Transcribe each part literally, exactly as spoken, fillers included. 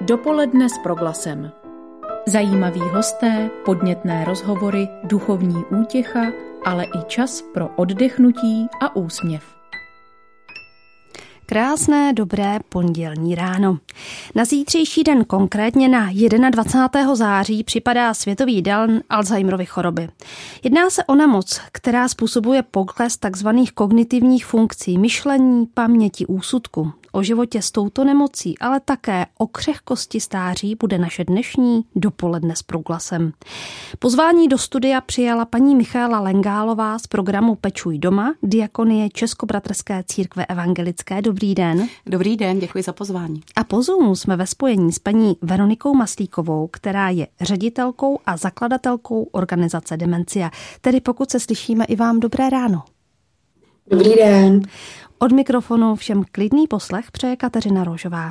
Dopoledne s Proglasem. Zajímaví hosté, podnětné rozhovory, duchovní útěcha, ale i čas pro oddechnutí a úsměv. Krásné, dobré pondělní ráno. Na zítřejší den, konkrétně na dvacátého prvního září, připadá Světový den Alzheimerovy choroby. Jedná se o nemoc, která způsobuje pokles tzv. Kognitivních funkcí myšlení, paměti, úsudku. O životě s touto nemocí, ale také o křehkosti stáří bude naše dnešní dopoledne s Proglasem. Pozvání do studia přijala paní Michaela Lengálová z programu Pečuj doma, diakonie Českobratrské církve evangelické. Dobrý den. Dobrý den, děkuji za pozvání. A po Zoomu jsme ve spojení s paní Veronikou Maslíkovou, která je ředitelkou a zakladatelkou organizace Demencia. Tedy pokud se slyšíme, i vám dobré ráno. Dobrý den. Od mikrofonu všem klidný poslech přeje Kateřina Rožová.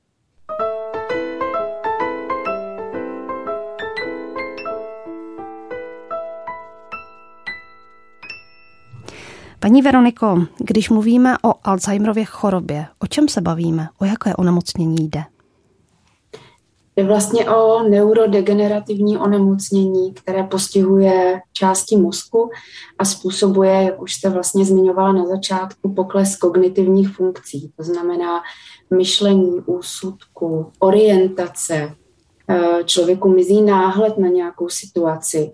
Paní Veroniko, když mluvíme o Alzheimerově chorobě, o čem se bavíme? O jaké onemocnění jde? Jde vlastně o neurodegenerativní onemocnění, které postihuje části mozku a způsobuje, jak už jste vlastně zmiňovala na začátku, pokles kognitivních funkcí. To znamená myšlení, úsudku, orientace. Člověku mizí náhled na nějakou situaci.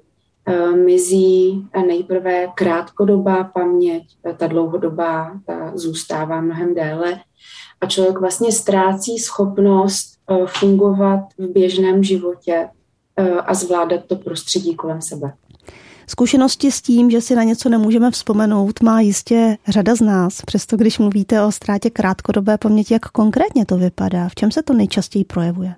Mizí nejprve krátkodobá paměť, ta dlouhodobá ta zůstává mnohem déle a člověk vlastně ztrácí schopnost fungovat v běžném životě a zvládat to prostředí kolem sebe. Zkušenosti s tím, že si na něco nemůžeme vzpomenout, má jistě řada z nás. Přesto když mluvíte o ztrátě krátkodobé paměti, jak konkrétně to vypadá? V čem se to nejčastěji projevuje?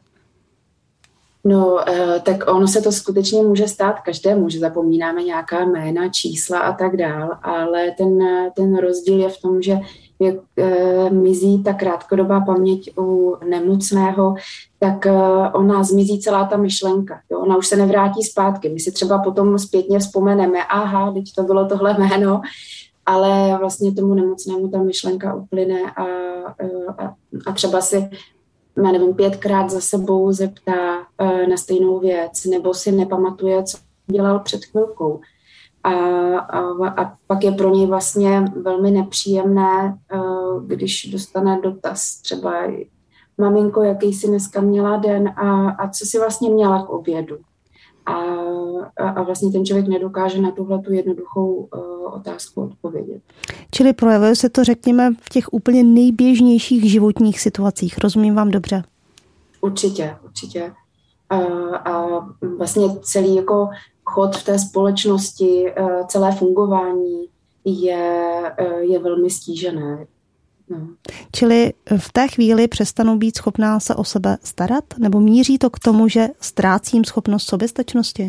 No, tak ono se to skutečně může stát každému, že zapomínáme nějaká jména, čísla a tak dál, ale ten, ten rozdíl je v tom, že jak e, mizí ta krátkodobá paměť u nemocného, tak e, ona zmizí celá ta myšlenka. Jo? Ona už se nevrátí zpátky. My si třeba potom zpětně vzpomeneme, aha, teď to bylo tohle jméno, ale vlastně tomu nemocnému ta myšlenka uplyne a, a, a třeba si já nevím, pětkrát za sebou zeptá uh, na stejnou věc, nebo si nepamatuje, co dělal před chvilkou. A, a, a pak je pro něj vlastně velmi nepříjemné, uh, když dostane dotaz třeba maminko, jaký jsi dneska měla den a, a co jsi vlastně měla k obědu. A, a, a vlastně ten člověk nedokáže na tuhle tu jednoduchou uh, otázku odpovědět. Čili projevuje se to, řekněme, v těch úplně nejběžnějších životních situacích. Rozumím vám dobře? Určitě, určitě. A, a vlastně celý jako chod v té společnosti, celé fungování je, je velmi stížené. No. Čili v té chvíli přestanu být schopná se o sebe starat? Nebo míří to k tomu, že ztrácím schopnost soběstačnosti?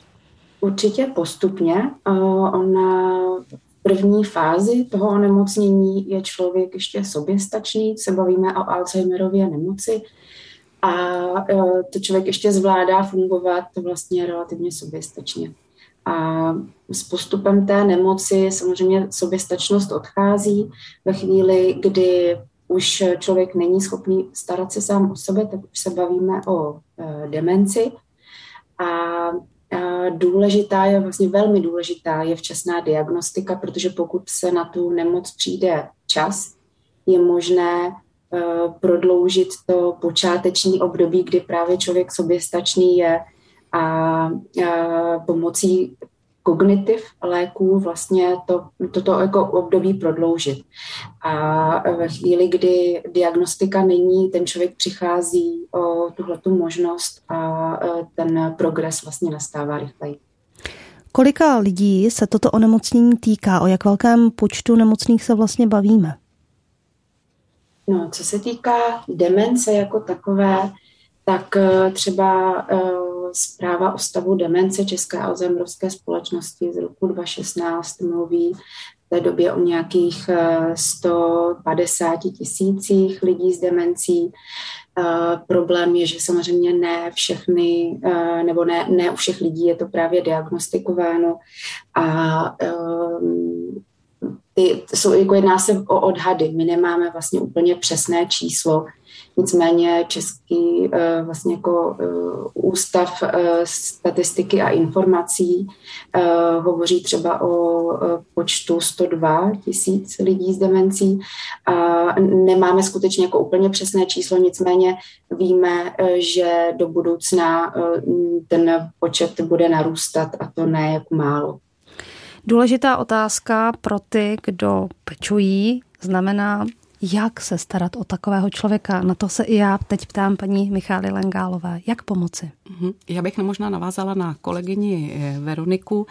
Určitě postupně. Ona v první fázi toho onemocnění je člověk ještě soběstačný, se bavíme o Alzheimerově nemoci a to člověk ještě zvládá fungovat vlastně relativně soběstačně. A s postupem té nemoci samozřejmě soběstačnost odchází. Ve chvíli, kdy už člověk není schopný starat se sám o sebe, tak už se bavíme o e, demenci. A e, důležitá je, vlastně velmi důležitá je včasná diagnostika, protože pokud se na tu nemoc přijde čas, je možné e, prodloužit to počáteční období, kdy právě člověk soběstačný je, a, a pomocí kognitiv léků vlastně to, toto jako období prodloužit. A ve chvíli, kdy diagnostika není, ten člověk přichází o tuhletu možnost a ten progres vlastně nastává rychleji. Kolika lidí se toto onemocnění týká? O jak velkém počtu nemocných se vlastně bavíme? No, co se týká demence jako takové, tak třeba zpráva o stavu demence České alzheimerovské společnosti z roku dva tisíce šestnáct mluví v té době o nějakých sto padesát tisících lidí s demencí. Problém je, že samozřejmě ne všechny, nebo ne, ne u všech lidí je to právě diagnostikováno a ty, jsou, jako jedná se o odhady. My nemáme vlastně úplně přesné číslo, Nicméně Český vlastně jako ústav statistiky a informací hovoří třeba o počtu sto dva tisíc lidí s demencí a nemáme skutečně jako úplně přesné číslo, nicméně víme, že do budoucna ten počet bude narůstat a to ne jako málo. Důležitá otázka pro ty, kdo pečují, znamená, jak se starat o takového člověka. Na to se i já teď ptám paní Michály Lengálové. Jak pomoci? Já bych možná navázala na kolegyni Veroniku.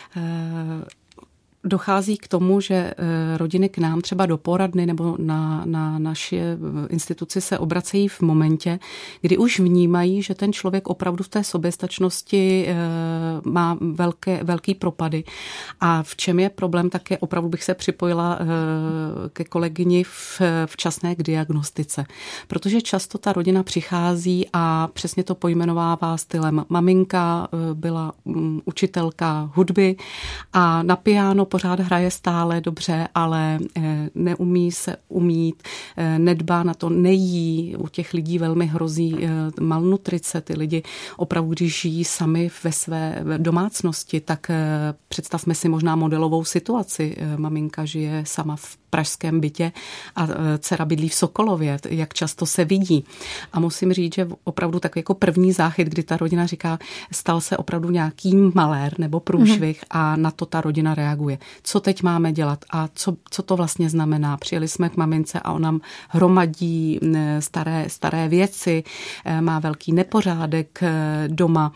Dochází k tomu, že rodiny k nám třeba do poradny nebo na, na naše instituci se obracejí v momentě, kdy už vnímají, že ten člověk opravdu v té soběstačnosti má velké, velký propady. A v čem je problém, tak je opravdu bych se připojila ke kolegyni v včasné k diagnostice. Protože často ta rodina přichází a přesně to pojmenovává stylem. Maminka byla učitelka hudby a na piano pořád hraje stále dobře, ale neumí se umít, nedbá na to, nejí. U těch lidí velmi hrozí malnutrice. Ty lidi opravdu, když žijí sami ve své domácnosti, tak představme si možná modelovou situaci. Maminka žije sama v pražském bytě a dcera bydlí v Sokolově, jak často se vidí. A musím říct, že opravdu tak jako první záchyt, kdy ta rodina říká, stal se opravdu nějaký malér nebo průšvih mm. a na to ta rodina reaguje. Co teď máme dělat a co, co to vlastně znamená? Přijeli jsme k mamince a ona hromadí staré, staré věci, má velký nepořádek doma,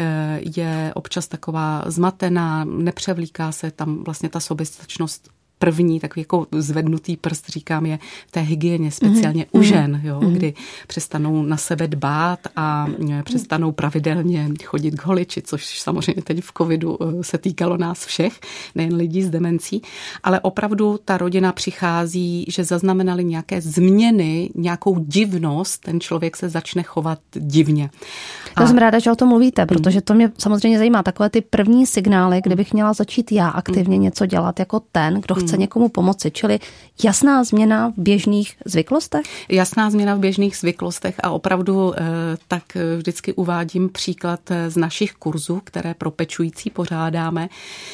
je občas taková zmatená, nepřevlíká se, tam vlastně ta soběstačnost první, takový jako zvednutý prst, říkám, je v té hygieně, speciálně mm. u žen, jo, mm. kdy přestanou na sebe dbát a přestanou pravidelně chodit k holiči, což samozřejmě teď v covidu se týkalo nás všech, nejen lidí s demencí, ale opravdu ta rodina přichází, že zaznamenali nějaké změny, nějakou divnost, ten člověk se začne chovat divně. Já jsem ráda, že o tom mluvíte, protože to mě samozřejmě zajímá. Takové ty první signály, kdybych měla začít já aktivně něco dělat jako ten, kdo chce někomu pomoci, čili jasná změna v běžných zvyklostech? Jasná změna v běžných zvyklostech a opravdu tak vždycky uvádím příklad z našich kurzů, které pro pečující pořádáme,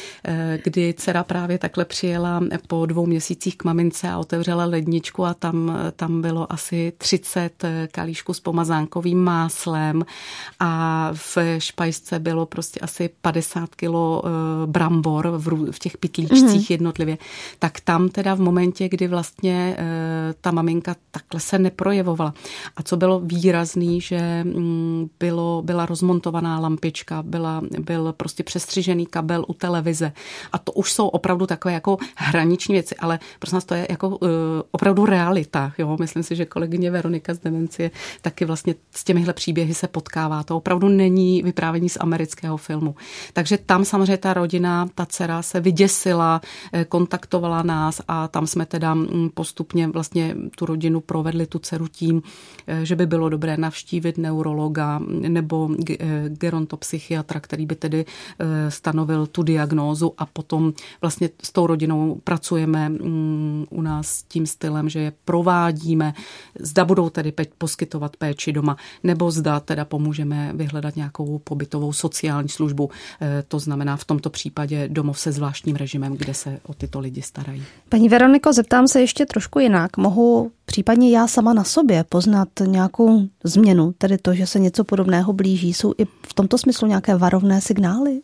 kdy dcera právě takhle přijela po dvou měsících k mamince a otevřela ledničku a tam, tam bylo asi třicet kalíšků s pomazánkovým máslem a v špajsce bylo prostě asi padesát kilo brambor v, v těch pytlíčcích mm-hmm. jednotlivě. Tak tam teda v momentě, kdy vlastně ta maminka takhle se neprojevovala. A co bylo výrazný, že bylo, byla rozmontovaná lampička, byla, byl prostě přestřižený kabel u televize. A to už jsou opravdu takové jako hraniční věci, ale prostě nás to je jako uh, opravdu realita. Jo? Myslím si, že kolegyně Veronika z demencie taky vlastně s těmihle příběhy se potkává. To opravdu není vyprávění z amerického filmu. Takže tam samozřejmě ta rodina, ta dcera se vyděsila, kontaktovala nás a tam jsme teda postupně vlastně tu rodinu provedli, tu dceru tím, že by bylo dobré navštívit neurologa nebo gerontopsychiatra, který by tedy stanovil tu diagnózu a potom vlastně s tou rodinou pracujeme u nás tím stylem, že je provádíme, zda budou tedy pe- poskytovat péči doma, nebo zda teda pomůžeme vyhledat nějakou pobytovou sociální službu. To znamená v tomto případě domov se zvláštním režimem, kde se o tyto lidi starají. Paní Veroniko, zeptám se ještě trošku jinak. Mohu případně já sama na sobě poznat nějakou změnu, tedy to, že se něco podobného blíží? Jsou i v tomto smyslu nějaké varovné signály?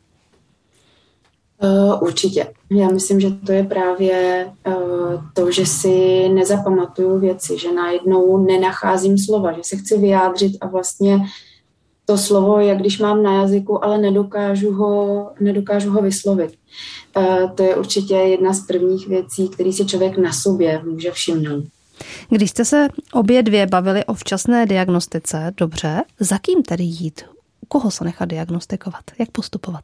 Uh, určitě. Já myslím, že to je právě uh, to, že si nezapamatuju věci, že najednou nenacházím slova, že se chci vyjádřit a vlastně to slovo, jak když mám na jazyku, ale nedokážu ho, nedokážu ho vyslovit. Uh, to je určitě jedna z prvních věcí, které si člověk na sobě může všimnout. Když jste se obě dvě bavili o včasné diagnostice, dobře, za kým tedy jít? U koho se nechat diagnostikovat? Jak postupovat?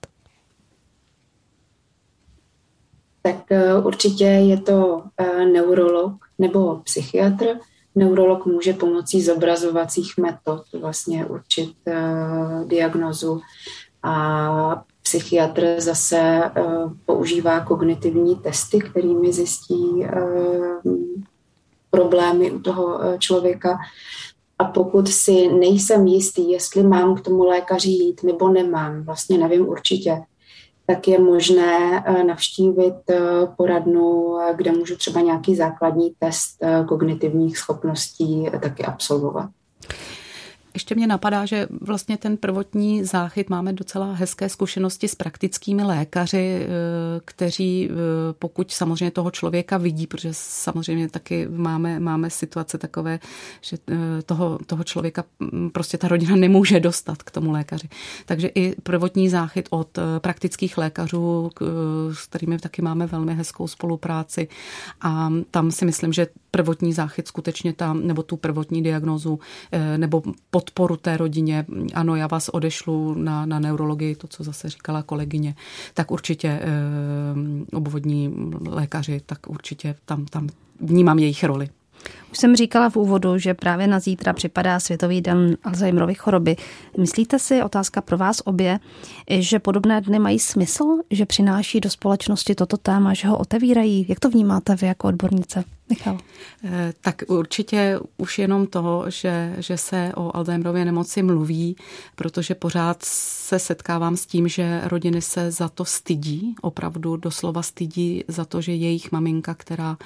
Tak uh, určitě je to uh, neurolog nebo psychiatr. Neurolog může pomocí zobrazovacích metod vlastně určit uh, diagnózu a psychiatr zase uh, používá kognitivní testy, kterými zjistí uh, problémy u toho člověka. A pokud si nejsem jistý, jestli mám k tomu lékaři jít nebo nemám, vlastně nevím určitě, tak je možné navštívit poradnu, kde můžu třeba nějaký základní test kognitivních schopností taky absolvovat. Ještě mě napadá, že vlastně ten prvotní záchyt máme docela hezké zkušenosti s praktickými lékaři, kteří pokud samozřejmě toho člověka vidí, protože samozřejmě taky máme, máme situace takové, že toho, toho člověka prostě ta rodina nemůže dostat k tomu lékaři. Takže i prvotní záchyt od praktických lékařů, s kterými taky máme velmi hezkou spolupráci, a tam si myslím, že prvotní záchyt skutečně tam, nebo tu prvotní diagnózu, nebo podporu té rodině, ano, já vás odešlu na, na neurologii, to, co zase říkala kolegyně, tak určitě e, obvodní lékaři, tak určitě tam, tam vnímám jejich roli. Už jsem říkala v úvodu, že právě na zítra připadá Světový den Alzheimerovy choroby. Myslíte si, otázka pro vás obě, že podobné dny mají smysl, že přináší do společnosti toto téma, že ho otevírají? Jak to vnímáte vy jako odbornice? Michal? Tak určitě už jenom to, že, že se o Alzheimerově nemoci mluví, protože pořád se setkávám s tím, že rodiny se za to stydí, opravdu doslova stydí za to, že jejich maminka, která,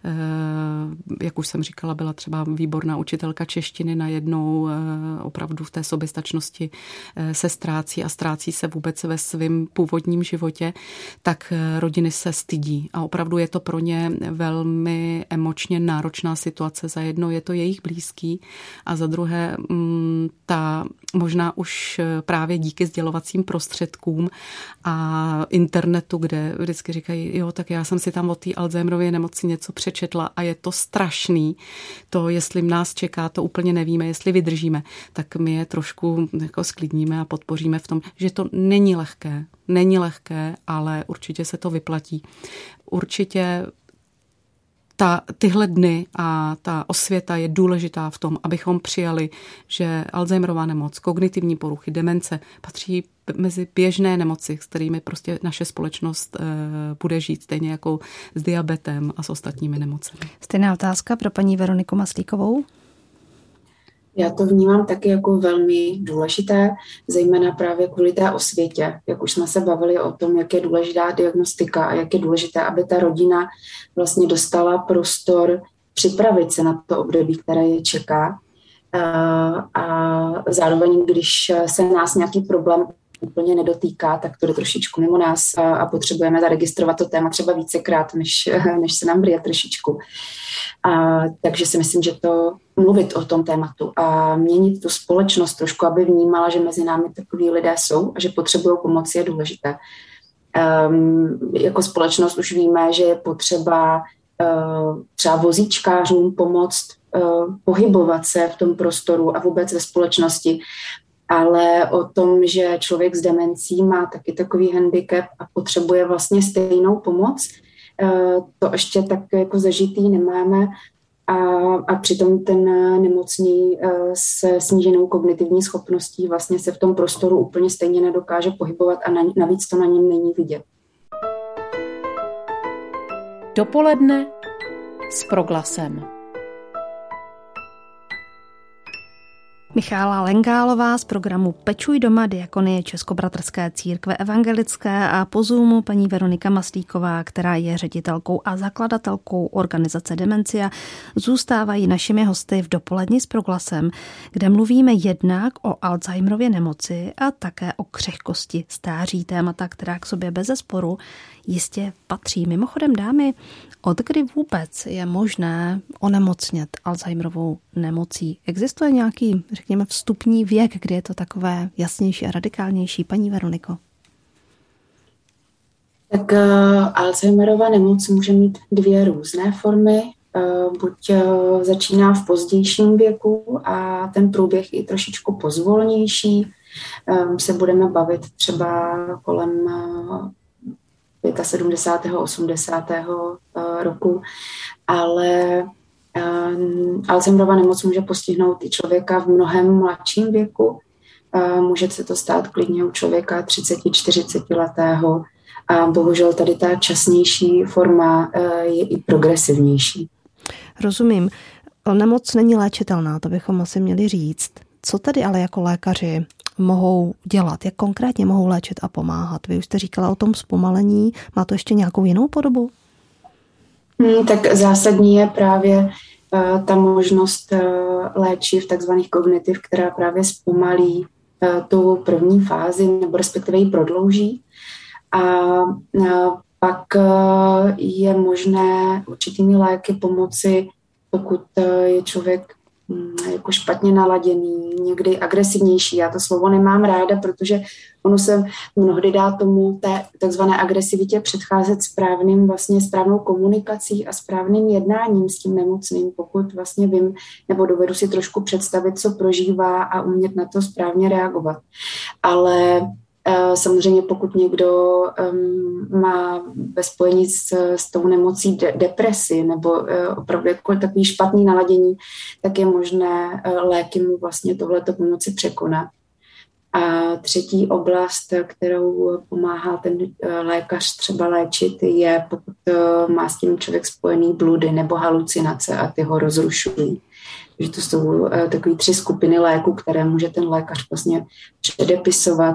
jak už jsem říkala, byla třeba výborná učitelka češtiny, najednou opravdu v té soběstačnosti se ztrácí a ztrácí se vůbec ve svém původním životě, tak rodiny se stydí a opravdu je to pro ně velmi emočně náročná situace. Za jedno je to jejich blízký a za druhé ta možná už právě díky sdělovacím prostředkům a internetu, kde vždycky říkají, jo, tak já jsem si tam o té Alzheimerově nemoci něco přečetla a je to strašný. To, jestli nás čeká, to úplně nevíme, jestli vydržíme, tak my je trošku jako sklidníme a podpoříme v tom, že to není lehké. Není lehké, ale určitě se to vyplatí. Určitě Ta, tyhle dny a ta osvěta je důležitá v tom, abychom přijali, že Alzheimerová nemoc, kognitivní poruchy, demence patří mezi běžné nemoci, s kterými prostě naše společnost e, bude žít, stejně jako s diabetem a s ostatními nemocemi. Stejná otázka pro paní Veroniku Maslíkovou. Já to vnímám taky jako velmi důležité, zejména právě kvůli té osvětě. Jak už jsme se bavili o tom, jak je důležitá diagnostika a jak je důležité, aby ta rodina vlastně dostala prostor připravit se na to období, které je čeká. A zároveň, když se nás nějaký problém úplně nedotýká, tak to jde trošičku mimo nás a, a potřebujeme zaregistrovat to téma třeba vícekrát, než, než se nám brije trošičku. A, takže si myslím, že to mluvit o tom tématu a měnit tu společnost trošku, aby vnímala, že mezi námi takový lidé jsou a že potřebují pomoci, je důležité. Um, jako společnost už víme, že je potřeba uh, třeba vozíčkářům pomoct uh, pohybovat se v tom prostoru a vůbec ve společnosti, ale o tom, že člověk s demencí má taky takový handicap a potřebuje vlastně stejnou pomoc, uh, to ještě tak jako zažitý nemáme. A, a přitom ten nemocný se sníženou kognitivní schopností vlastně se v tom prostoru úplně stejně nedokáže pohybovat a na, navíc to na něm není vidět. Dopoledne s Proglasem. Michála Lengálová z programu Pečuj doma Diakonie Českobratrské církve evangelické a po Zoomu paní Veronika Maslíková, která je ředitelkou a zakladatelkou organizace Demencia, zůstávají našimi hosty v Dopoledni s Proglasem, kde mluvíme jednak o Alzheimerově nemoci a také o křehkosti stáří, témata, která k sobě bezesporu jistě patří. Mimochodem, dámy, od kdy vůbec je možné onemocnět Alzheimerovou nemocí? Existuje nějaký, řekněme, vstupní věk, kdy je to takové jasnější a radikálnější? Paní Veroniko. Tak uh, Alzheimerova nemoc může mít dvě různé formy. Uh, buď uh, začíná v pozdějším věku a ten průběh je trošičku pozvolnější. Um, se budeme bavit třeba kolem uh, sedmdesátého pátého osmdesátého roku, ale um, Alzheimerova nemoc může postihnout i člověka v mnohem mladším věku. Uh, může se to stát klidně u člověka třicet čtyřicet letého a bohužel tady ta časnější forma uh, je i progresivnější. Rozumím. Nemoc není léčitelná, to bychom asi měli říct. Co tedy ale jako lékaři mohou dělat? Jak konkrétně mohou léčit a pomáhat? Vy už jste říkala o tom zpomalení. Má to ještě nějakou jinou podobu? Hmm, tak zásadní je právě uh, ta možnost uh, léčiv, takzvaných kognitiv, která právě zpomalí uh, tu první fázi, nebo respektive ji prodlouží. A uh, pak uh, je možné určitými léky pomoci, pokud uh, je člověk jako špatně naladěný, někdy agresivnější. Já to slovo nemám ráda, protože ono se mnohdy dá tomu té takzvané agresivitě předcházet správným, vlastně správnou komunikací a správným jednáním s tím nemocným, pokud vlastně vím, nebo dovedu si trošku představit, co prožívá a umět na to správně reagovat. Ale samozřejmě pokud někdo um, má ve spojení s, s tou nemocí de- depresi nebo uh, opravdu jako takový špatný naladění, tak je možné uh, léky mu vlastně tohleto pomoci překonat. A třetí oblast, kterou pomáhá ten uh, lékař třeba léčit, je pokud uh, má s tím člověk spojený bludy nebo halucinace a ty ho rozrušují. Takže to jsou uh, takové tři skupiny léků, které může ten lékař vlastně předepisovat.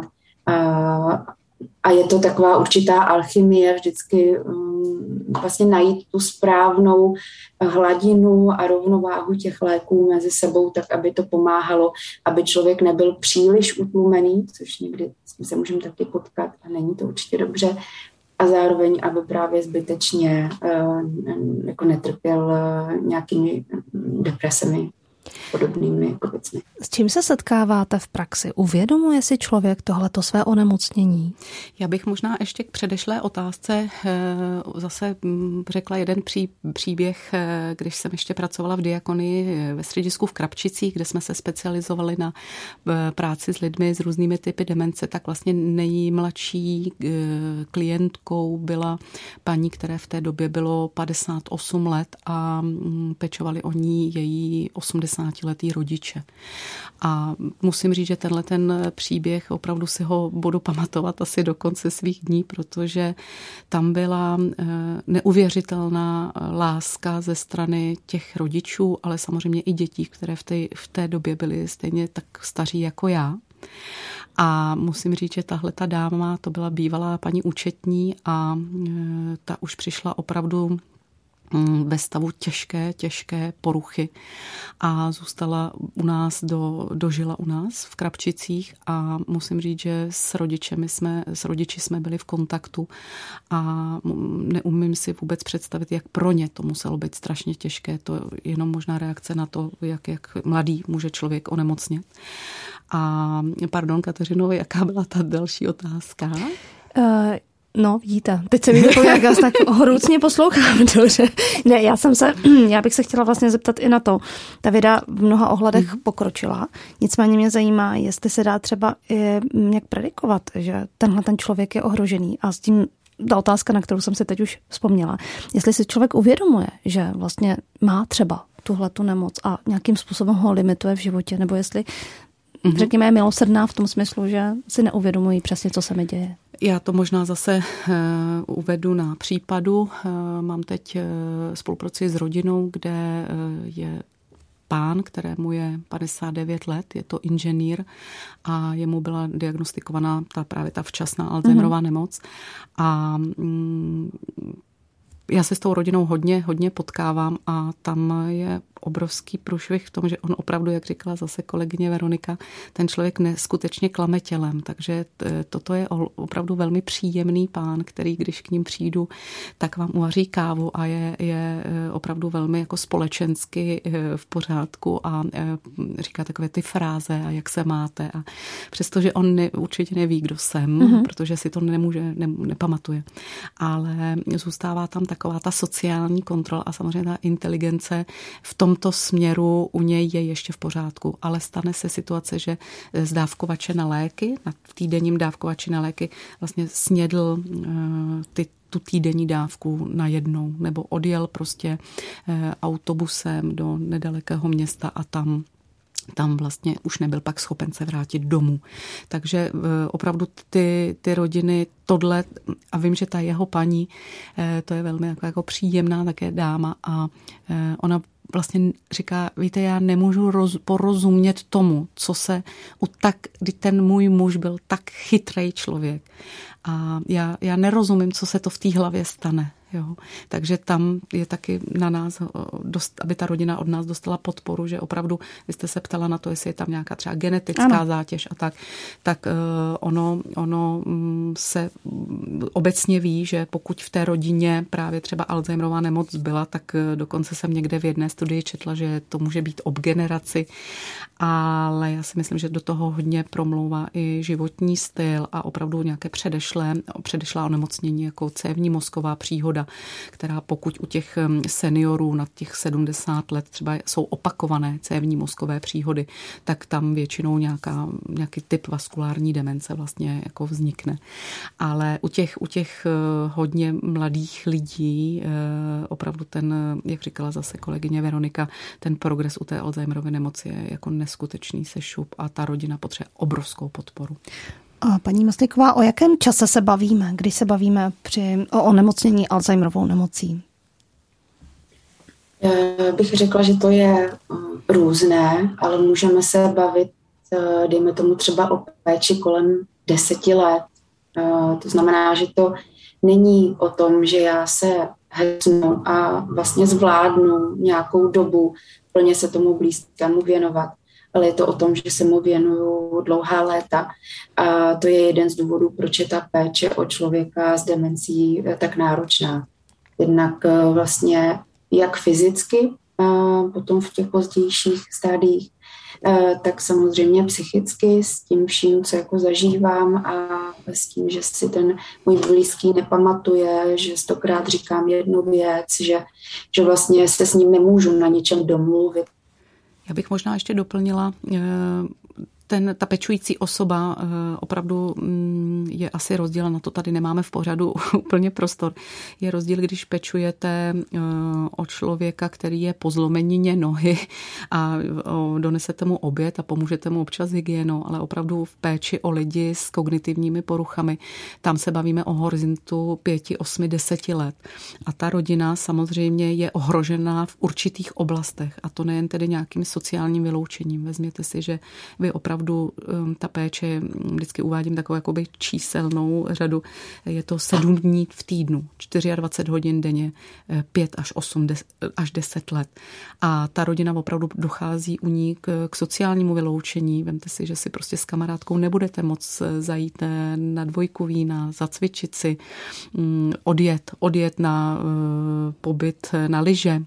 A je to taková určitá alchymie, vždycky vlastně najít tu správnou hladinu a rovnováhu těch léků mezi sebou, tak aby to pomáhalo, aby člověk nebyl příliš utlumený, což někdy se můžeme taky potkat a není to určitě dobře, a zároveň, aby právě zbytečně jako netrpěl nějakými depresemi podobnými jako věcmi. S čím se setkáváte v praxi? Uvědomuje si člověk tohleto své onemocnění? Já bych možná ještě k předešlé otázce zase řekla jeden pří, příběh, když jsem ještě pracovala v diakonii ve středisku v Krapčicích, kde jsme se specializovali na práci s lidmi s různými typy demence, tak vlastně nejmladší klientkou byla paní, které v té době bylo padesát osm let a pečovali o ní její osmdesátiletý rodiče. A musím říct, že tenhle ten příběh opravdu si ho budu pamatovat asi do konce svých dní, protože tam byla neuvěřitelná láska ze strany těch rodičů, ale samozřejmě i dětí, které v té, v té době byly stejně tak staří jako já. A musím říct, že tahle ta dáma, to byla bývalá paní účetní a ta už přišla opravdu ve stavu těžké, těžké poruchy a zůstala u nás, do, dožila u nás v Krapčicích a musím říct, že s rodičemi jsme, s rodiči jsme byli v kontaktu a neumím si vůbec představit, jak pro ně to muselo být strašně těžké. To je jenom možná reakce na to, jak, jak mladý může člověk onemocnět. A pardon, Kateřino, jaká byla ta další otázka? Uh... No, vidíte, teď se mi to jak já tak horúcně poslouchám, dobře. Ne, já jsem se, já bych se chtěla vlastně zeptat i na to. Ta věda v mnoha ohledech mm. pokročila, nicméně mě zajímá, jestli se dá třeba i jak predikovat, že tenhle ten člověk je ohrožený a s tím ta otázka, na kterou jsem si teď už vzpomněla. Jestli si člověk uvědomuje, že vlastně má třeba tuhletu nemoc a nějakým způsobem ho limituje v životě, nebo jestli mm-hmm. řekněme, je milosrdná v tom smyslu, že si neuvědomují přesně, co se mi děje. Já to možná zase uh, uvedu na případu. Uh, mám teď uh, spolupráci s rodinou, kde uh, je pán, kterému je padesát devět let, je to inženýr a jemu byla diagnostikovaná ta, právě ta včasná Alzheimerová mm-hmm. nemoc. A mm, já se s tou rodinou hodně, hodně potkávám a tam je obrovský průšvih v tom, že on opravdu, jak říkala zase kolegyně Veronika, ten člověk neskutečně klame tělem, takže toto je opravdu velmi příjemný pán, který, když k ním přijdu, tak vám uvaří kávu a je, je opravdu velmi jako společensky v pořádku a říká takové ty fráze a jak se máte a přestože on ne, určitě neví, kdo jsem, mm-hmm. protože si to nemůže, ne, nepamatuje, ale zůstává tam taková ta sociální kontrola a samozřejmě ta inteligence v tom tomto směru u něj je ještě v pořádku, ale stane se situace, že z dávkovače na léky, v týdenním dávkovači na léky vlastně snědl ty, tu týdenní dávku najednou, nebo odjel prostě autobusem do nedalekého města a tam tam vlastně už nebyl pak schopen se vrátit domů. Takže opravdu ty, ty rodiny tohle, a vím, že ta jeho paní, to je velmi jako, jako příjemná také dáma a ona vlastně říká, víte, já nemůžu roz, porozumět tomu, co se u tak, kdy ten můj muž byl tak chytrý člověk a já, já nerozumím, co se to v té hlavě stane. Jo. Takže tam je taky na nás, dost, aby ta rodina od nás dostala podporu, že opravdu, vy jste se ptala na to, jestli je tam nějaká třeba genetická ano. zátěž a tak, tak uh, ono, ono um, se obecně ví, že pokud v té rodině právě třeba Alzheimerová nemoc byla, tak uh, dokonce jsem někde v jedné studii četla, že to může být ob generaci, ale já si myslím, že do toho hodně promlouvá i životní styl a opravdu nějaké předešlé, předešlá onemocnění jako cévní mozková příhoda, která pokud u těch seniorů nad těch sedmdesát let třeba jsou opakované cévní mozkové příhody, tak tam většinou nějaká, nějaký typ vaskulární demence vlastně jako vznikne. Ale u těch, u těch hodně mladých lidí opravdu ten, jak říkala zase kolegyně Veronika, ten progres u té Alzheimerovy nemoci je jako neskutečný sešup a ta rodina potřebuje obrovskou podporu. A paní Maslíková, o jakém čase se bavíme, když se bavíme při, o onemocnění Alzheimerovou nemocí? Já bych řekla, že to je různé, ale můžeme se bavit, dejme tomu třeba o péči kolem deseti let. To znamená, že to není o tom, že já se hecnu a vlastně zvládnu nějakou dobu plně se tomu blízkému věnovat, ale je to o tom, že se mu věnuju dlouhá léta a to je jeden z důvodů, proč je ta péče o člověka s demencí tak náročná. Jednak vlastně jak fyzicky, potom v těch pozdějších stádiích, tak samozřejmě psychicky s tím vším, co jako zažívám a s tím, že si ten můj blízký nepamatuje, že stokrát říkám jednu věc, že, že vlastně se s ním nemůžu na něčem domluvit. Já bych možná ještě doplnila, ten, ta pečující osoba opravdu je asi rozdíl, na to tady nemáme v pořadu úplně prostor. Je rozdíl, když pečujete o člověka, který je po zlomenině nohy a donesete mu oběd a pomůžete mu občas hygienou, ale opravdu v péči o lidi s kognitivními poruchami, tam se bavíme o horizontu pěti, osmi, deseti let. A ta rodina samozřejmě je ohrožená v určitých oblastech a to nejen tedy nějakým sociálním vyloučením. Vezměte si, že vy opravdu Opravdu ta péče, vždycky uvádím takovou jakoby číselnou řadu, je to sedm dní v týdnu, dvacet čtyři hodin denně, pět až osm až deset let. A ta rodina opravdu dochází u ní k, k sociálnímu vyloučení. Vemte si, že si prostě s kamarádkou nebudete moc zajít na dvojku vína, zacvičit si, odjet, odjet na pobyt na lyže.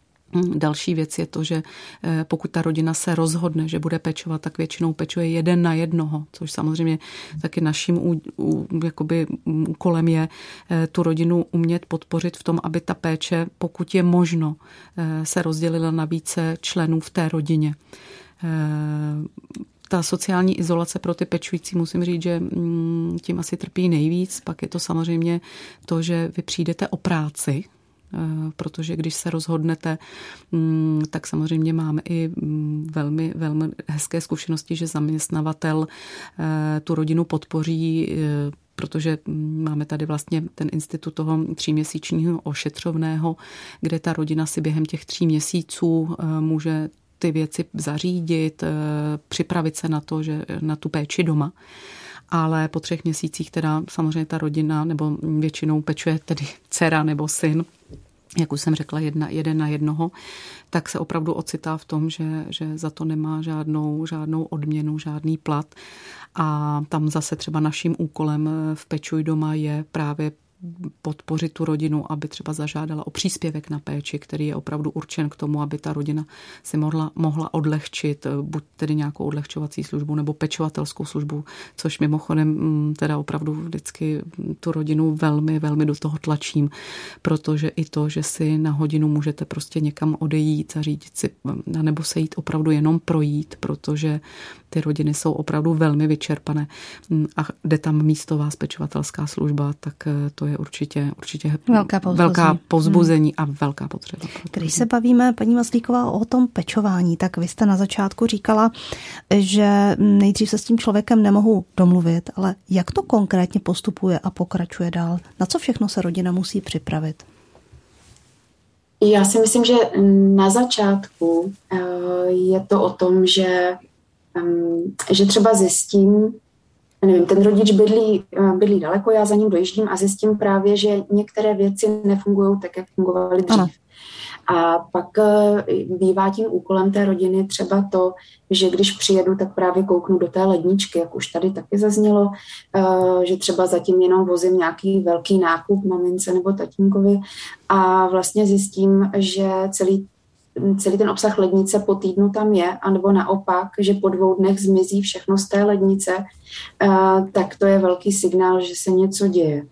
Další věc je to, že pokud ta rodina se rozhodne, že bude pečovat, tak většinou pečuje jeden na jednoho, což samozřejmě taky naším ú, ú, jakoby úkolem je tu rodinu umět podpořit v tom, aby ta péče, pokud je možno, se rozdělila na více členů v té rodině. Ta sociální izolace pro ty pečující, musím říct, že tím asi trpí nejvíc. Pak je to samozřejmě to, že vy přijdete o práci, protože když se rozhodnete, tak samozřejmě máme i velmi, velmi hezké zkušenosti, že zaměstnavatel tu rodinu podpoří, protože máme tady vlastně ten institut toho tříměsíčního ošetřovného, kde ta rodina si během těch tří měsíců může ty věci zařídit, připravit se na to, že na tu péči doma. Ale po třech měsících teda samozřejmě ta rodina nebo většinou pečuje tedy dcera nebo syn, jak už jsem řekla, jedna, jeden na jednoho, tak se opravdu ocitá v tom, že, že za to nemá žádnou, žádnou odměnu, žádný plat. A tam zase třeba naším úkolem v Pečuj doma je právě podpořit tu rodinu, aby třeba zažádala o příspěvek na péči, který je opravdu určen k tomu, aby ta rodina si mohla, mohla odlehčit, buď tedy nějakou odlehčovací službu nebo pečovatelskou službu, což mimochodem teda opravdu vždycky tu rodinu velmi, velmi do toho tlačím, protože i to, že si na hodinu můžete prostě někam odejít, zařídit si, nebo se jít opravdu jenom projít, protože ty rodiny jsou opravdu velmi vyčerpané a jde tam místová pečovatelská služba, tak to je určitě, určitě velká povzbuzení, velká povzbuzení hmm. a velká potřeba. Když se bavíme, paní Maslíková, o tom pečování, tak vy jste na začátku říkala, že nejdřív se s tím člověkem nemohu domluvit, ale jak to konkrétně postupuje a pokračuje dál? Na co všechno se rodina musí připravit? Já si myslím, že na začátku je to o tom, že, že třeba zjistím, nevím, ten rodič bydlí, bydlí daleko, já za ním dojíždím a zjistím právě, že některé věci nefungují tak, jak fungovaly dřív. Ano. A pak bývá tím úkolem té rodiny třeba to, že když přijedu, tak právě kouknu do té ledničky, jak už tady taky zaznělo, že třeba zatím jenom vozím nějaký velký nákup mamince nebo tatínkovi a vlastně zjistím, že celý, celý ten obsah lednice po týdnu tam je, anebo naopak, že po dvou dnech zmizí všechno z té lednice, tak to je velký signál, že se něco děje.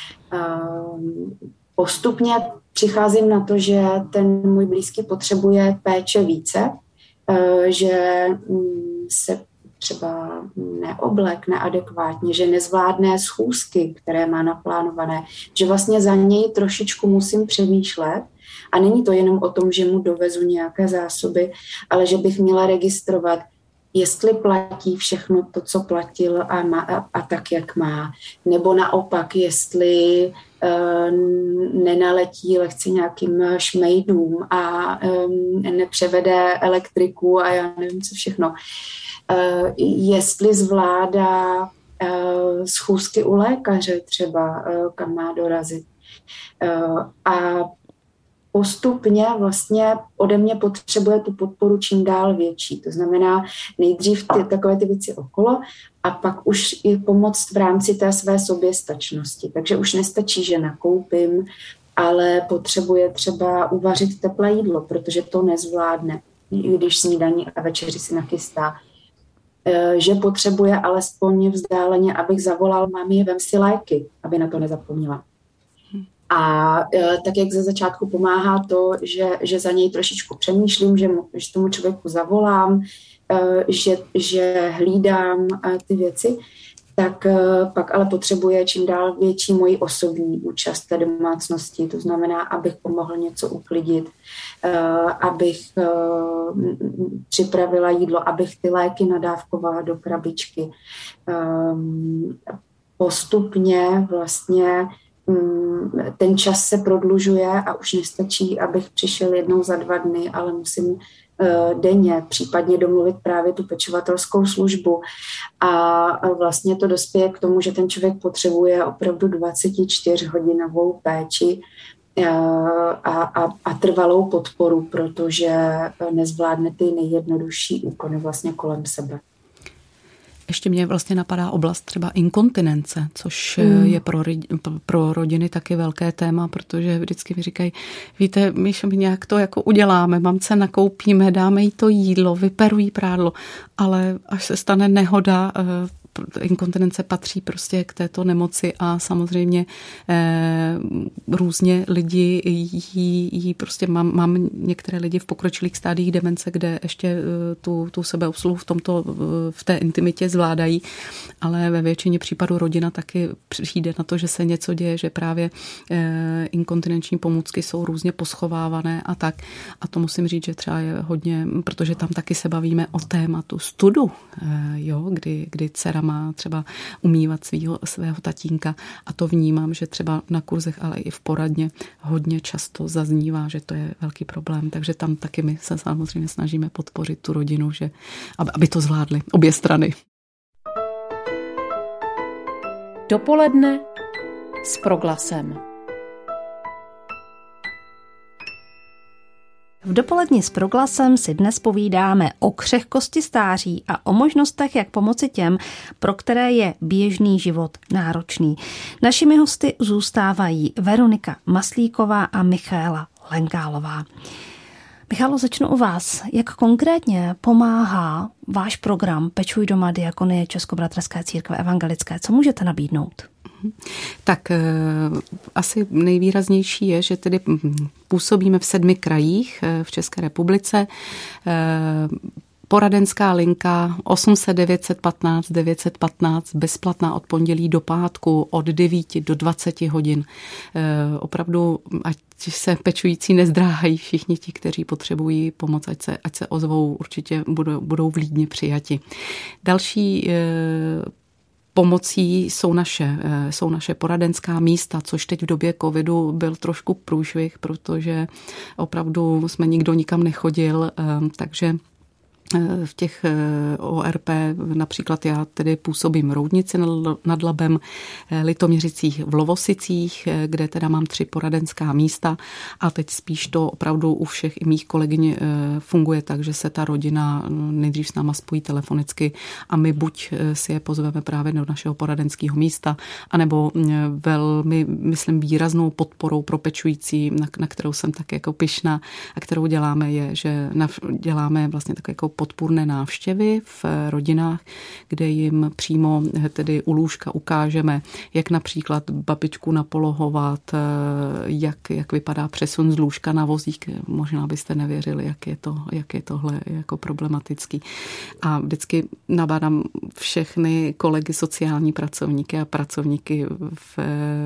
Postupně přicházím na to, že ten můj blízký potřebuje péče více, že se třeba neoblekne adekvátně, že nezvládne schůzky, které má naplánované, že vlastně za něj trošičku musím přemýšlet a není to jenom o tom, že mu dovezu nějaké zásoby, ale že bych měla registrovat, jestli platí všechno to, co platil a, má, a, a tak, jak má. Nebo naopak, jestli uh, nenaletí lehce nějakým šmejdům a um, nepřevede elektriku a já nevím, co všechno. Uh, jestli zvládá uh, schůzky u lékaře třeba, uh, kam má dorazit. Uh, a postupně vlastně ode mě potřebuje tu podporu čím dál větší. To znamená nejdřív ty, takové ty věci okolo a pak už i pomoct v rámci té své soběstačnosti. Takže už nestačí, že nakoupím, ale potřebuje třeba uvařit teplé jídlo, protože to nezvládne, i když snídaní a večeři si nachystá. Že potřebuje alespoň vzdáleně, abych zavolal mami, vem si léky, aby na to nezapomněla. A tak, jak ze začátku pomáhá to, že, že za něj trošičku přemýšlím, že, mu, že tomu člověku zavolám, že, že hlídám ty věci, tak pak ale potřebuje čím dál větší moji osobní účast té domácnosti. To znamená, abych pomohl něco uklidit, abych připravila jídlo, abych ty léky nadávkovala do krabičky. Postupně vlastně ten čas se prodlužuje a už nestačí, abych přišel jednou za dva dny, ale musím denně případně domluvit právě tu pečovatelskou službu a vlastně to dospěje k tomu, že ten člověk potřebuje opravdu dvacetičtyřhodinovou péči a, a, a trvalou podporu, protože nezvládne ty nejjednodušší úkony vlastně kolem sebe. Ještě mě vlastně napadá oblast třeba inkontinence, což mm. je pro, pro rodiny taky velké téma, protože vždycky mi říkají, víte, my nějak to jako uděláme, mamce nakoupíme, dáme jí to jídlo, vyperují prádlo, ale až se stane nehoda, inkontinence patří prostě k této nemoci a samozřejmě eh, různě lidi jí, jí prostě mám, mám některé lidi v pokročilých stádiích demence, kde ještě eh, tu, tu sebeobsluhu v tomto, v té intimitě zvládají, ale ve většině případů rodina taky přijde na to, že se něco děje, že právě eh, inkontinenční pomůcky jsou různě poschovávané a tak. A to musím říct, že třeba je hodně, protože tam taky se bavíme o tématu studu, eh, jo, kdy, kdy dcera má třeba umývat svýho, svého tatínka a to vnímám, že třeba na kurzech, ale i v poradně hodně často zaznívá, že to je velký problém, takže tam taky my se samozřejmě snažíme podpořit tu rodinu, že, aby to zvládly obě strany. Dopoledne s Proglasem. V dopoledni s Proglasem si dnes povídáme o křehkosti stáří a o možnostech, jak pomoci těm, pro které je běžný život náročný. Našimi hosty zůstávají Veronika Maslíková a Michaela Lenkálová. Michalo, začnu u vás. Jak konkrétně pomáhá váš program Pečuj doma Diakonie Českobratrské církve evangelické? Co můžete nabídnout? Tak asi nejvýraznější je, že tedy působíme v sedmi krajích v České republice. Poradenská linka osm set devět set patnáct devět set patnáct, bezplatná od pondělí do pátku od devíti do dvaceti hodin. E, opravdu, ať se pečující nezdráhají, všichni ti, kteří potřebují pomoc, ať se, ať se ozvou, určitě budou, budou vlídně přijati. Další e, pomocí jsou naše, jsou naše poradenská místa, což teď v době covidu byl trošku průšvih, protože opravdu jsme nikdo nikam nechodil, takže v těch O R P, například já tedy působím v Roudnici nad Labem, Litoměřicích, v Lovosicích, kde teda mám tři poradenská místa a teď spíš to opravdu u všech i mých kolegyň funguje tak, že se ta rodina nejdřív s náma spojí telefonicky a my buď si je pozveme právě do našeho poradenského místa, anebo velmi, myslím, výraznou podporou pro pečující, na, na kterou jsem tak jako pyšná a kterou děláme, je, že děláme vlastně takové jako podpůrné návštěvy v rodinách, kde jim přímo tedy u lůžka ukážeme, jak například babičku napolohovat, jak, jak vypadá přesun z lůžka na vozík. Možná byste nevěřili, jak je to, jak je tohle jako problematický. A vždycky nabádám všechny kolegy, sociální pracovníky a pracovníky v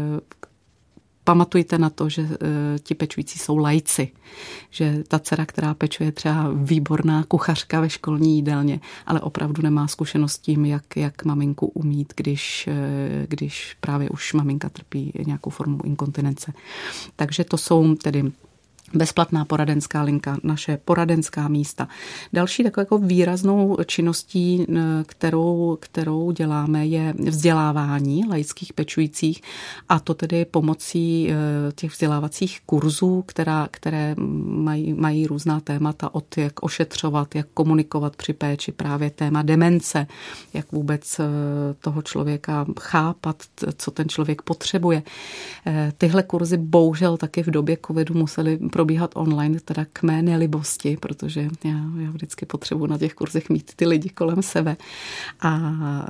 pamatujte na to, že ti pečující jsou laici, že ta dcera, která pečuje, třeba výborná kuchařka ve školní jídelně, ale opravdu nemá zkušenost s tím, jak, jak maminku umít, když, když právě už maminka trpí nějakou formu inkontinence. Takže to jsou tedy bezplatná poradenská linka, naše poradenská místa. Další takovou jako výraznou činností, kterou, kterou děláme, je vzdělávání laických pečujících a to tedy pomocí těch vzdělávacích kurzů, která, které mají, mají různá témata od jak ošetřovat, jak komunikovat při péči, právě téma demence, jak vůbec toho člověka chápat, co ten člověk potřebuje. Tyhle kurzy bohužel taky v době covidu museli probíhat online, teda k mé nelibosti, protože já, já vždycky potřebuji na těch kurzech mít ty lidi kolem sebe. A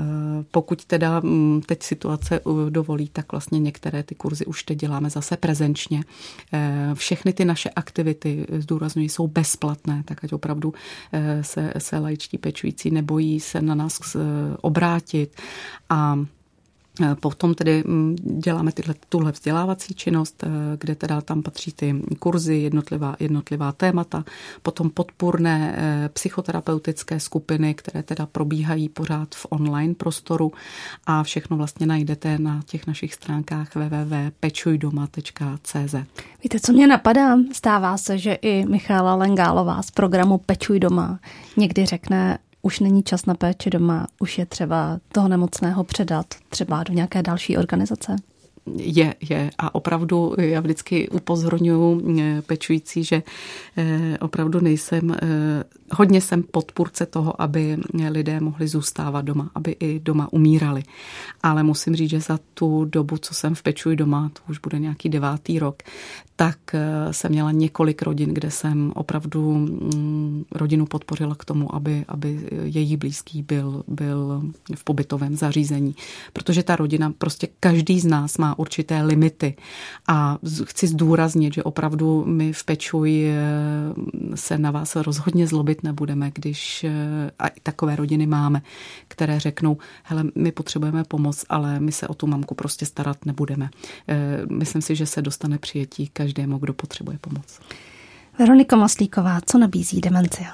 pokud teda teď situace dovolí, tak vlastně některé ty kurzy už teď děláme zase prezenčně. Všechny ty naše aktivity, zdůrazňuji, jsou bezplatné, tak ať opravdu se, se laičtí pečující nebojí se na nás obrátit. A potom tedy děláme tyhle, tuhle vzdělávací činnost, kde teda tam patří ty kurzy, jednotlivá, jednotlivá témata, potom podpůrné psychoterapeutické skupiny, které teda probíhají pořád v online prostoru a všechno vlastně najdete na těch našich stránkách w w w tečka pečujdoma tečka c z. Víte, co mě napadá? Stává se, že i Michála Lengálová z programu Pečuj doma někdy řekne: už není čas na péči doma, už je třeba toho nemocného předat třeba do nějaké další organizace? Je, je a opravdu já vždycky upozorňuji pečující, že opravdu nejsem, hodně jsem podpůrce toho, aby lidé mohli zůstávat doma, aby i doma umírali. Ale musím říct, že za tu dobu, co jsem v Pečuj doma, to už bude nějaký devátý rok, tak jsem měla několik rodin, kde jsem opravdu rodinu podpořila k tomu, aby, aby její blízký byl, byl v pobytovém zařízení. Protože ta rodina, prostě každý z nás má určité limity a chci zdůraznit, že opravdu my v Pečuj se na vás rozhodně zlobit nebudeme, když a takové rodiny máme, které řeknou: hele, my potřebujeme pomoc, ale my se o tu mamku prostě starat nebudeme. Myslím si, že se dostane přijetí každému, kdo potřebuje pomoc. Veronika Maslíková, co nabízí Demencia?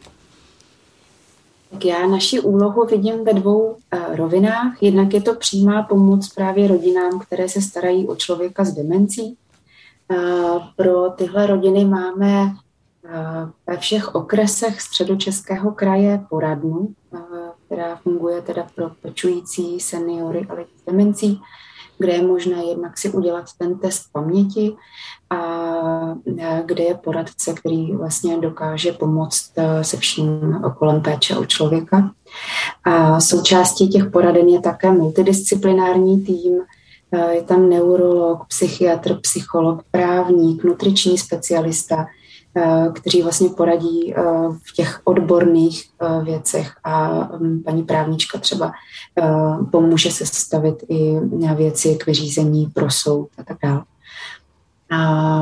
Tak já naši úlohu vidím ve dvou uh, rovinách. Jednak je to přímá pomoc právě rodinám, které se starají o člověka s demencí. Uh, pro tyhle rodiny máme uh, ve všech okresech Středočeského kraje poradnu, uh, která funguje teda pro pečující seniory a lidi s demencí, kde je možné jednak si udělat ten test paměti a kde je poradce, který vlastně dokáže pomoct se vším kolem péče o člověka. A součástí těch poraden je také multidisciplinární tým. Je tam neurolog, psychiatr, psycholog, právník, nutriční specialista, kteří vlastně poradí v těch odborných věcech a paní právnička třeba pomůže sestavit i věci k vyřízení pro soud a tak dále. A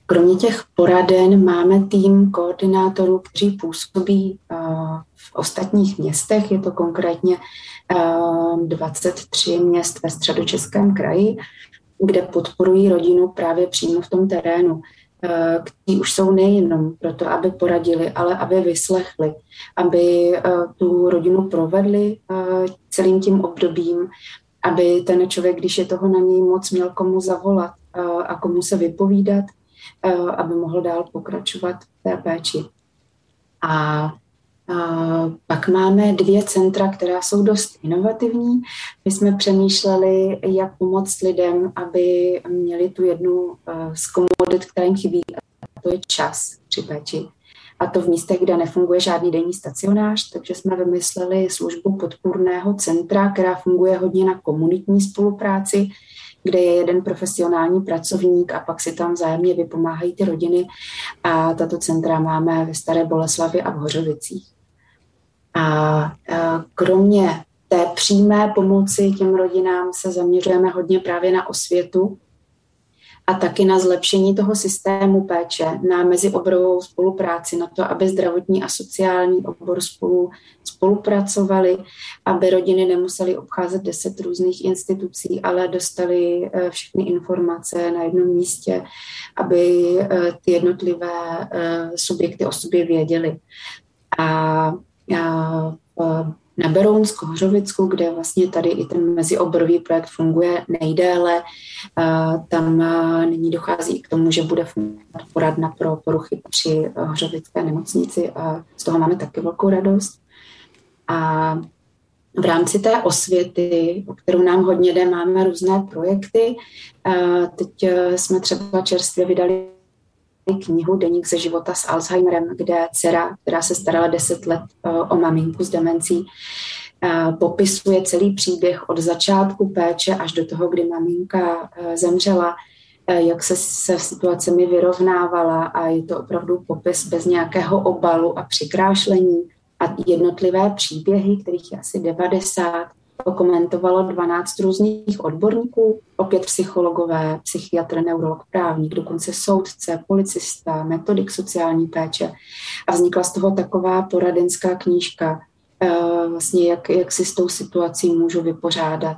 Kromě těch poraden máme tým koordinátorů, kteří působí v ostatních městech. Je to konkrétně dvacet tři měst ve Středočeském kraji, kde podporují rodinu právě přímo v tom terénu, kteří už jsou nejenom proto, aby poradili, ale aby vyslechli, aby tu rodinu provedli celým tím obdobím, aby ten člověk, když je toho na něj moc, měl komu zavolat a komu se vypovídat, aby mohl dál pokračovat v té péči. A, a pak máme dvě centra, která jsou dost inovativní. My jsme přemýšleli, jak pomoct lidem, aby měli tu jednu z komodit, která jim chybí, a to je čas při péči. A to v místech, kde nefunguje žádný denní stacionář, takže jsme vymysleli službu podpůrného centra, která funguje hodně na komunitní spolupráci, kde je jeden profesionální pracovník a pak si tam vzájemně vypomáhají ty rodiny. A tato centra máme ve Staré Boleslavi a v Hořovicích. A kromě té přímé pomoci těm rodinám se zaměřujeme hodně právě na osvětu a taky na zlepšení toho systému péče, na mezioborovou spolupráci, na to, aby zdravotní a sociální obor spolu spolupracovali, aby rodiny nemusely obcházet deset různých institucí, ale dostali všechny informace na jednom místě, aby ty jednotlivé subjekty o sobě věděly. A na Berounsko, Hořovicku, kde vlastně tady i ten mezioborový projekt funguje nejdéle, tam nyní dochází k tomu, že bude fungovat poradna pro poruchy při hořovické nemocnici a z toho máme taky velkou radost. A v rámci té osvěty, o kterou nám hodně jde, máme různé projekty. Teď jsme třeba čerstvě vydali knihu Deník ze života s Alzheimerem, kde dcera, která se starala deset let o maminku s demencí, popisuje celý příběh od začátku péče až do toho, kdy maminka zemřela, jak se se situacemi vyrovnávala a je to opravdu popis bez nějakého obalu a přikrášlení a jednotlivé příběhy, kterých je asi devadesát, komentovalo dvanáct různých odborníků, opět psychologové, psychiatr, neurolog, právník, dokonce soudce, policista, metodik sociální péče. A vznikla z toho taková poradenská knížka, vlastně jak, jak si s tou situací můžu vypořádat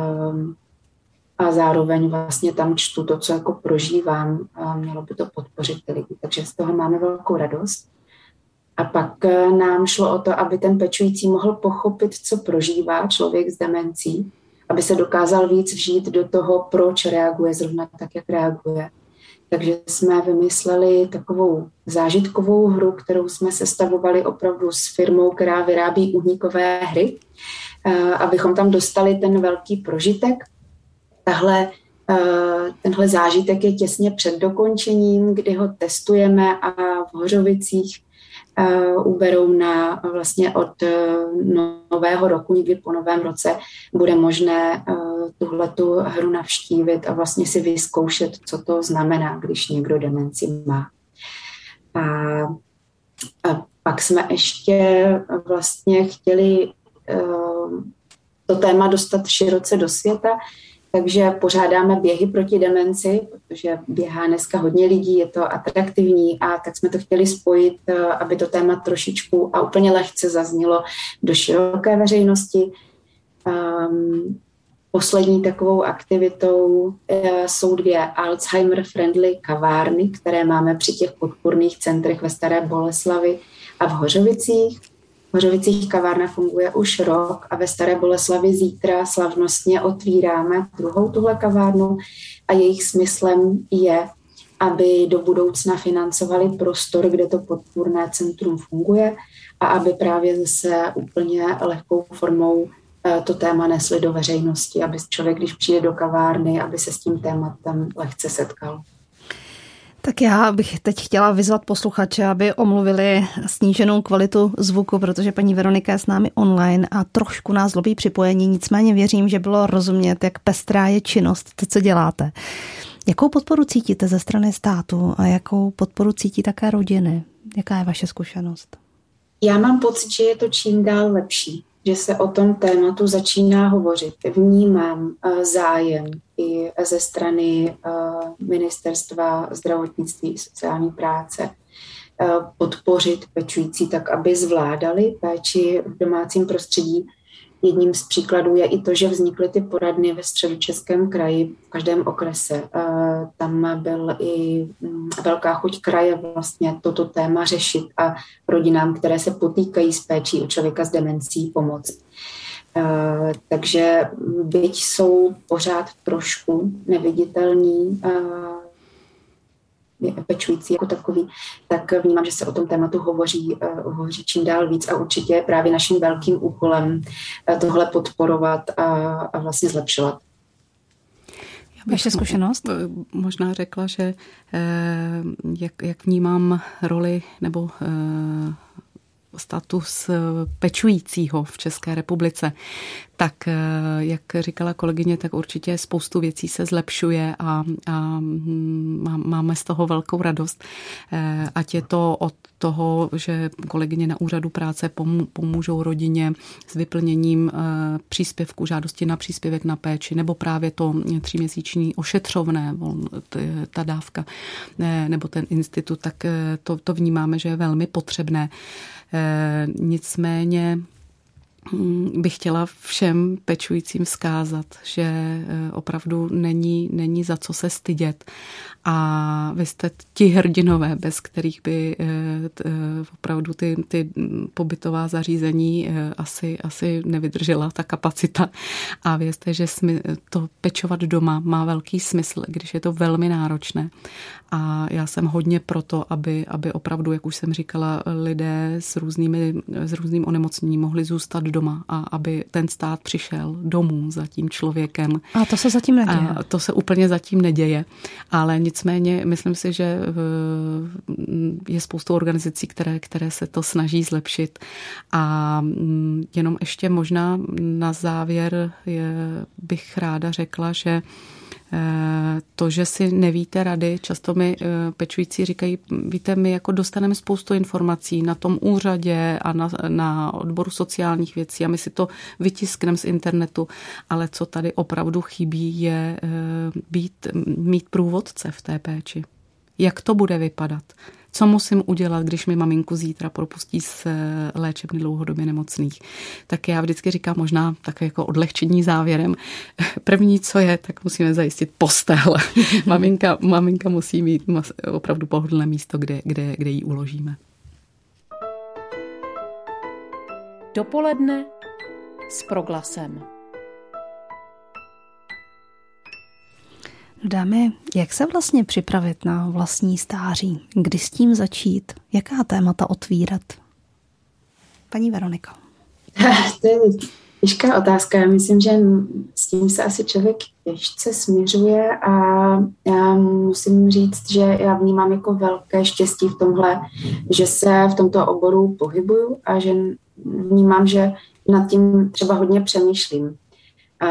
a zároveň vlastně tam čtu to, co jako prožívám a mělo by to podpořit ty lidi. Takže z toho máme velkou radost. A pak nám šlo o to, aby ten pečující mohl pochopit, co prožívá člověk s demencí, aby se dokázal víc vžít do toho, proč reaguje zrovna tak, jak reaguje. Takže jsme vymysleli takovou zážitkovou hru, kterou jsme sestavovali opravdu s firmou, která vyrábí uhníkové hry, abychom tam dostali ten velký prožitek. Tahle, tenhle zážitek je těsně před dokončením, kdy ho testujeme a v Hořovicích Uh, u Berouna vlastně od uh, nového roku, někdy po novém roce, bude možné uh, tuhletu hru navštívit a vlastně si vyzkoušet, co to znamená, když někdo demenci má. A, a pak jsme ještě vlastně chtěli uh, to téma dostat široce do světa, takže pořádáme běhy proti demenci, protože běhá dneska hodně lidí, je to atraktivní a tak jsme to chtěli spojit, aby to téma trošičku a úplně lehce zaznělo do široké veřejnosti. Um, poslední takovou aktivitou uh, jsou dvě Alzheimer-friendly kavárny, které máme při těch podpůrných centrech ve Staré Boleslavi a v Hořovicích. V Hořovicích kavárna funguje už rok a ve Staré Boleslavi zítra slavnostně otvíráme druhou tuhle kavárnu a jejich smyslem je, aby do budoucna financovali prostor, kde to podpůrné centrum funguje a aby právě zase úplně lehkou formou to téma nesli do veřejnosti, aby člověk, když přijde do kavárny, aby se s tím tématem lehce setkal. Tak já bych teď chtěla vyzvat posluchače, aby omluvili sníženou kvalitu zvuku, protože paní Veronika je s námi online a trošku nás zlobí připojení, nicméně věřím, že bylo rozumět, jak pestrá je činnost, to, co děláte. Jakou podporu cítíte ze strany státu a jakou podporu cítí také rodiny? Jaká je vaše zkušenost? Já mám pocit, že je to čím dál lepší, že se o tom tématu začíná hovořit. Vnímám zájem i ze strany Ministerstva zdravotnictví a sociální práce podpořit pečující tak, aby zvládali péči v domácím prostředí. Jedním z příkladů je i to, že vznikly ty poradny ve Středočeském kraji v každém okrese. Tam byl i velká chuť kraje vlastně toto téma řešit a rodinám, které se potýkají s péčí o člověka s demencí, pomoct. Takže byť jsou pořád trošku neviditelní, pečující jako takový, tak vnímám, že se o tom tématu hovoří, hovoří čím dál víc a určitě je právě naším velkým úkolem tohle podporovat a, a vlastně zlepšovat. Vaše zkušenost? Možná řekla, že jak, jak vnímám roli nebo status pečujícího v České republice, tak jak říkala kolegyně, tak určitě spoustu věcí se zlepšuje a, a máme z toho velkou radost. Ať je to od toho, že kolegyně na úřadu práce pomůžou rodině s vyplněním příspěvku, žádosti na příspěvek na péči, nebo právě to tříměsíční ošetřovné, ta dávka, nebo ten institut, tak to, to vnímáme, že je velmi potřebné. Nicméně bych chtěla všem pečujícím vzkázat, že opravdu není, není za co se stydět. A vy jste ti hrdinové, bez kterých by opravdu ty, ty pobytová zařízení asi, asi nevydržela ta kapacita. A vězte, že to pečovat doma má velký smysl, když je to velmi náročné. A já jsem hodně proto, aby, aby opravdu, jak už jsem říkala, lidé s, různými, s různým onemocněním mohli zůstat doma a aby ten stát přišel domů za tím člověkem. A to se zatím neděje. A to se úplně zatím neděje. Ale nicméně myslím si, že je spoustu organizací, které, které se to snaží zlepšit. A jenom ještě možná na závěr je, bych ráda řekla, že to, že si nevíte rady, často mi pečující říkají, víte, my jako dostaneme spoustu informací na tom úřadě a na, na odboru sociálních věcí a my si to vytiskneme z internetu, ale co tady opravdu chybí, je být, mít průvodce v té péči. Jak to bude vypadat? Co musím udělat, když mi maminku zítra propustí z léčebny dlouhodobě nemocných? Tak já vždycky říkám možná tak jako odlehčení závěrem. První, co je, tak musíme zajistit postel. maminka, maminka musí mít opravdu pohodlné místo, kde, kde, kde ji uložíme. Dopoledne s Proglasem. Dámy, jak se vlastně připravit na vlastní stáří? Kdy s tím začít? Jaká témata otvírat? Paní Veroniko. To je těžká otázka. Já myslím, že s tím se asi člověk těžce směřuje a já musím říct, že já vnímám jako velké štěstí v tomhle, že se v tomto oboru pohybuju a že vnímám, že nad tím třeba hodně přemýšlím. A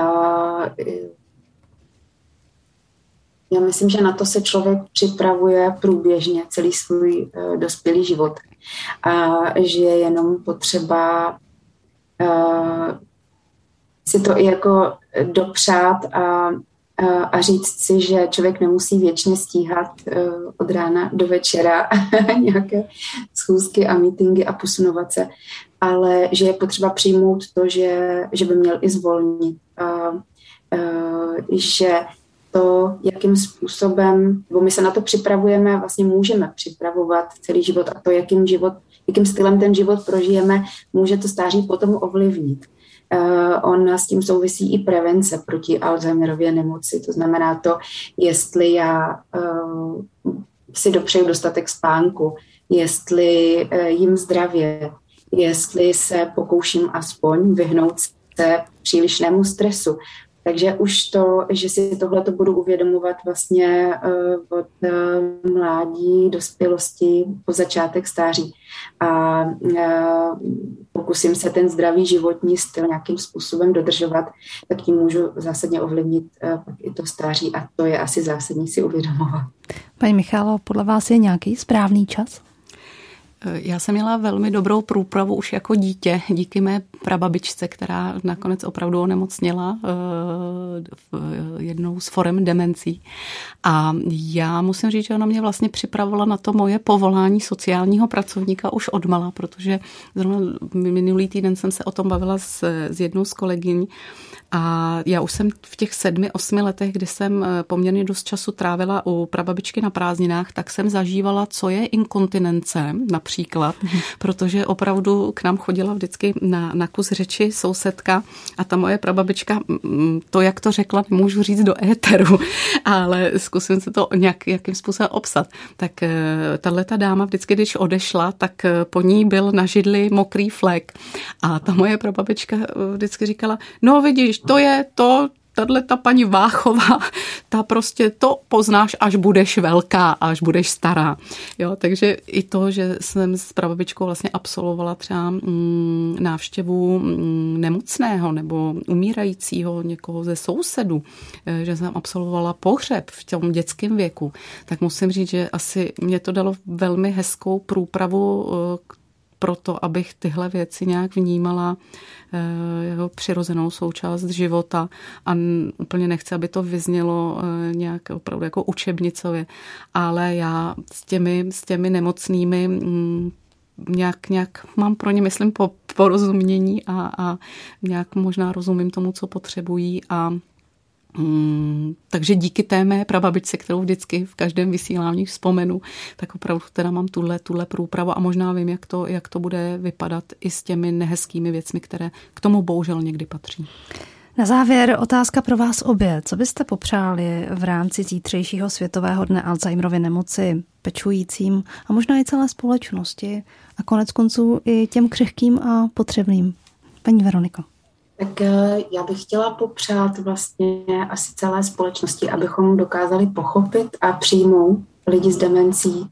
já myslím, že na to se člověk připravuje průběžně celý svůj uh, dospělý život a že je jenom potřeba uh, si to i jako dopřát a, uh, a říct si, že člověk nemusí věčně stíhat uh, od rána do večera nějaké schůzky a meetingy a posunovat se, ale že je potřeba přijmout to, že, že by měl i zvolnit, uh, uh, že to, jakým způsobem, bo my se na to připravujeme, vlastně můžeme připravovat celý život a to, jakým, život, jakým stylem ten život prožijeme, může to stáří potom ovlivnit. Uh, on s tím souvisí i prevence proti Alzheimerově nemoci, to znamená to, jestli já uh, si dopřeju dostatek spánku, jestli uh, jim zdravě, jestli se pokouším aspoň vyhnout se přílišnému stresu. Takže už to, že si tohleto budu uvědomovat vlastně uh, od uh, mládí, dospělosti po začátek stáří. A uh, pokusím se ten zdravý životní styl nějakým způsobem dodržovat, tak tím můžu zásadně ovlivnit uh, pak i to stáří a to je asi zásadní si uvědomovat. Paní Michalo, podle vás je nějaký správný čas? Já jsem měla velmi dobrou průpravu už jako dítě, díky mé prababičce, která nakonec opravdu onemocněla jednou z forem demencí. A já musím říct, že ona mě vlastně připravovala na to moje povolání sociálního pracovníka už odmala, protože zrovna minulý týden jsem se o tom bavila s, s jednou z kolegyň. A já už jsem v těch sedmi, osmi letech, kdy jsem poměrně dost času trávila u prababičky na prázdninách, tak jsem zažívala, co je inkontinence například, protože opravdu k nám chodila vždycky na, na kus řeči sousedka a ta moje prababička, to, jak to řekla, nemůžu říct do éteru, ale zkusím se to nějak, jakým způsobem obsat. Tak tahleta dáma vždycky, když odešla, tak po ní byl na židli mokrý flek a ta moje prababička vždycky říkala, no vidíš, to je to, tato paní Váchová, ta prostě to poznáš, až budeš velká, až budeš stará. Jo, takže i to, že jsem s prababičkou vlastně absolvovala třeba mm, návštěvu mm, nemocného nebo umírajícího někoho ze sousedů, že jsem absolvovala pohřeb v tom dětském věku, tak musím říct, že asi mě to dalo velmi hezkou průpravu pro to, abych tyhle věci nějak vnímala jeho přirozenou součást života a úplně nechci, aby to vyznělo nějak opravdu jako učebnicově, ale já s těmi, s těmi nemocnými nějak, nějak mám pro ně, myslím, po, porozumění a, a nějak možná rozumím tomu, co potřebují a Hmm, takže díky té mé prababičce, kterou vždycky v každém vysílání vzpomenu, tak opravdu teda mám tuhle, tuhle průpravu a možná vím, jak to, jak to bude vypadat i s těmi nehezkými věcmi, které k tomu bohužel někdy patří. Na závěr otázka pro vás obě. Co byste popřáli v rámci zítřejšího Světového dne Alzheimerovy nemoci pečujícím a možná i celé společnosti a konec konců i těm křehkým a potřebným? Paní Veroniko. Tak já bych chtěla popřát vlastně asi celé společnosti, abychom dokázali pochopit a přijmout lidi s demencí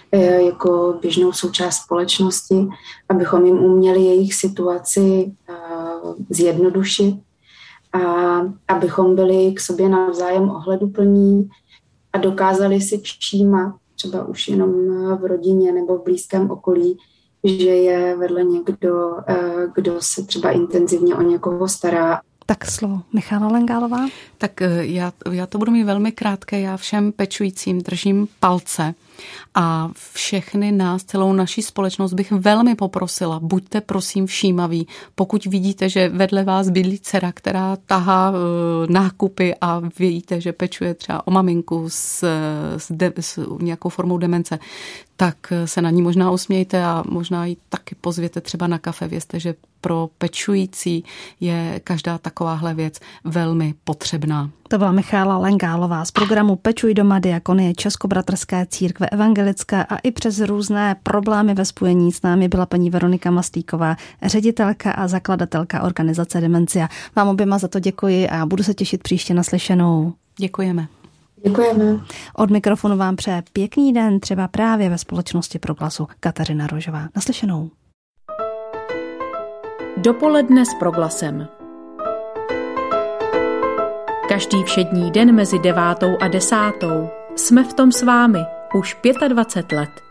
jako běžnou součást společnosti, abychom jim uměli jejich situaci zjednodušit a abychom byli k sobě navzájem ohleduplní a dokázali si všímat třeba už jenom v rodině nebo v blízkém okolí, že je vedle někdo, kdo se třeba intenzivně o někoho stará. Tak slovo Michála Lengálová. Tak já, já to budu mít velmi krátké. Já všem pečujícím držím palce a všechny nás, celou naší společnost bych velmi poprosila, buďte prosím všímaví, pokud vidíte, že vedle vás bydlí dcera, která tahá nákupy a víte, že pečuje třeba o maminku s, s, de, s nějakou formou demence, tak se na ní možná usmějte a možná ji taky pozvěte třeba na kafe. Vězte, že pro pečující je každá takováhle věc velmi potřebná. To byla Michála Lengálová z programu Pečuj doma Diakonie Českobratrské církve evangelické a i přes různé problémy ve spojení s námi byla paní Veronika Mastýková, ředitelka a zakladatelka organizace Demencia. Vám oběma za to děkuji a budu se těšit příště naslyšenou. Děkujeme. Děkujeme. Od mikrofonu vám přeje pěkný den, třeba právě ve společnosti Proglasu Kateřina Rožová. Naslyšenou. Dopoledne s Proglasem. Každý všední den mezi devátou a desátou jsme v tom s vámi už dvacet pět let.